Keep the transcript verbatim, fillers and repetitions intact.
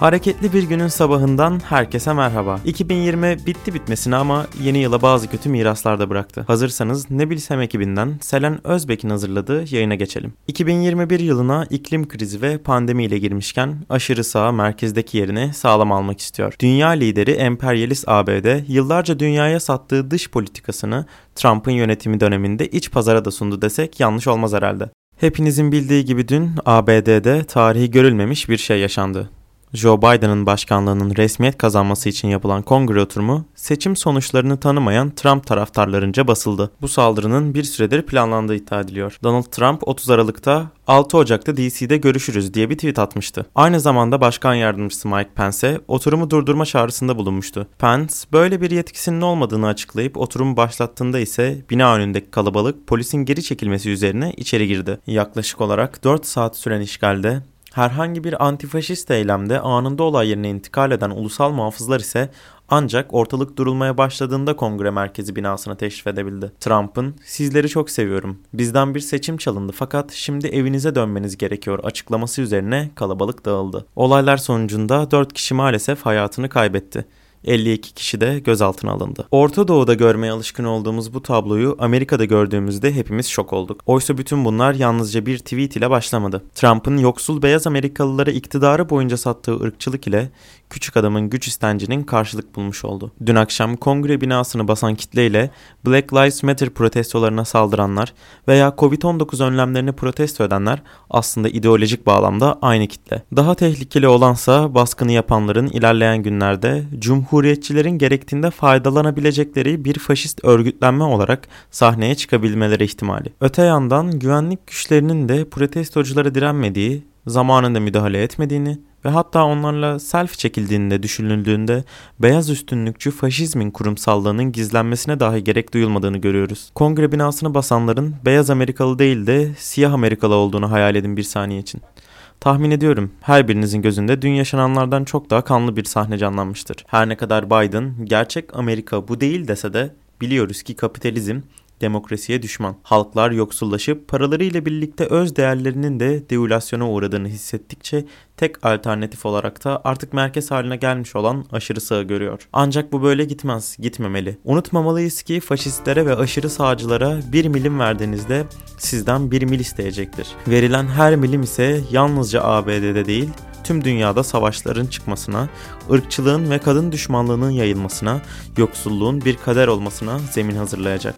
Hareketli bir günün sabahından herkese merhaba. iki bin yirmi bitti bitmesine ama yeni yıla bazı kötü miraslar da bıraktı. Hazırsanız Ne Bilsem ekibinden Selen Özbek'in hazırladığı yayına geçelim. iki bin yirmi bir yılına iklim krizi ve pandemiyle girmişken aşırı sağ merkezdeki yerini sağlam almak istiyor. Dünya lideri emperyalist A B D yıllarca dünyaya sattığı dış politikasını Trump'ın yönetimi döneminde iç pazara da sundu desek yanlış olmaz herhalde. Hepinizin bildiği gibi dün A B D'de tarihi görülmemiş bir şey yaşandı. Joe Biden'ın başkanlığının resmiyet kazanması için yapılan kongre oturumu seçim sonuçlarını tanımayan Trump taraftarlarınca basıldı. Bu saldırının bir süredir planlandığı iddia ediliyor. Donald Trump otuz Aralık'ta altı Ocak'ta D C'de görüşürüz diye bir tweet atmıştı. Aynı zamanda Başkan Yardımcısı Mike Pence oturumu durdurma çağrısında bulunmuştu. Pence böyle bir yetkisinin olmadığını açıklayıp oturumu başlattığında ise bina önündeki kalabalık polisin geri çekilmesi üzerine içeri girdi. Yaklaşık olarak dört saat süren işgalde herhangi bir antifaşist eylemde anında olay yerine intikal eden ulusal muhafızlar ise ancak ortalık durulmaya başladığında kongre merkezi binasına teşrif edebildi. Trump'ın "Sizleri çok seviyorum. Bizden bir seçim çalındı fakat şimdi evinize dönmeniz gerekiyor" açıklaması üzerine kalabalık dağıldı. Olaylar sonucunda dört kişi maalesef hayatını kaybetti. elli iki kişi de gözaltına alındı. Orta Doğu'da görmeye alışkın olduğumuz bu tabloyu Amerika'da gördüğümüzde hepimiz şok olduk. Oysa bütün bunlar yalnızca bir tweet ile başlamadı. Trump'ın yoksul beyaz Amerikalılara iktidarı boyunca sattığı ırkçılık ile küçük adamın güç istencinin karşılık bulmuş oldu. Dün akşam kongre binasını basan kitleyle Black Lives Matter protestolarına saldıranlar veya kovid on dokuz önlemlerini protesto edenler aslında ideolojik bağlamda aynı kitle. Daha tehlikeli olansa baskını yapanların ilerleyen günlerde Cumhuriyetçilerin gerektiğinde faydalanabilecekleri bir faşist örgütlenme olarak sahneye çıkabilmeleri ihtimali. Öte yandan güvenlik güçlerinin de protestoculara direnmediği, zamanında müdahale etmediğini ve hatta onlarla selfie çekildiğinde düşünüldüğünde beyaz üstünlükçü faşizmin kurumsallığının gizlenmesine dahi gerek duyulmadığını görüyoruz. Kongre binasını basanların beyaz Amerikalı değil de siyah Amerikalı olduğunu hayal edin bir saniye için. Tahmin ediyorum her birinizin gözünde dün yaşananlardan çok daha kanlı bir sahne canlanmıştır. Her ne kadar Biden gerçek Amerika bu değil dese de biliyoruz ki kapitalizm demokrasiye düşman. Halklar yoksullaşıp paralarıyla birlikte öz değerlerinin de devalüasyona uğradığını hissettikçe tek alternatif olarak da artık merkez haline gelmiş olan aşırı sağı görüyor. Ancak bu böyle gitmez, gitmemeli. Unutmamalıyız ki faşistlere ve aşırı sağcılara bir milim verdiğinizde sizden bir mil isteyecektir. Verilen her milim ise yalnızca A B D'de değil, tüm dünyada savaşların çıkmasına, ırkçılığın ve kadın düşmanlığının yayılmasına, yoksulluğun bir kader olmasına zemin hazırlayacak.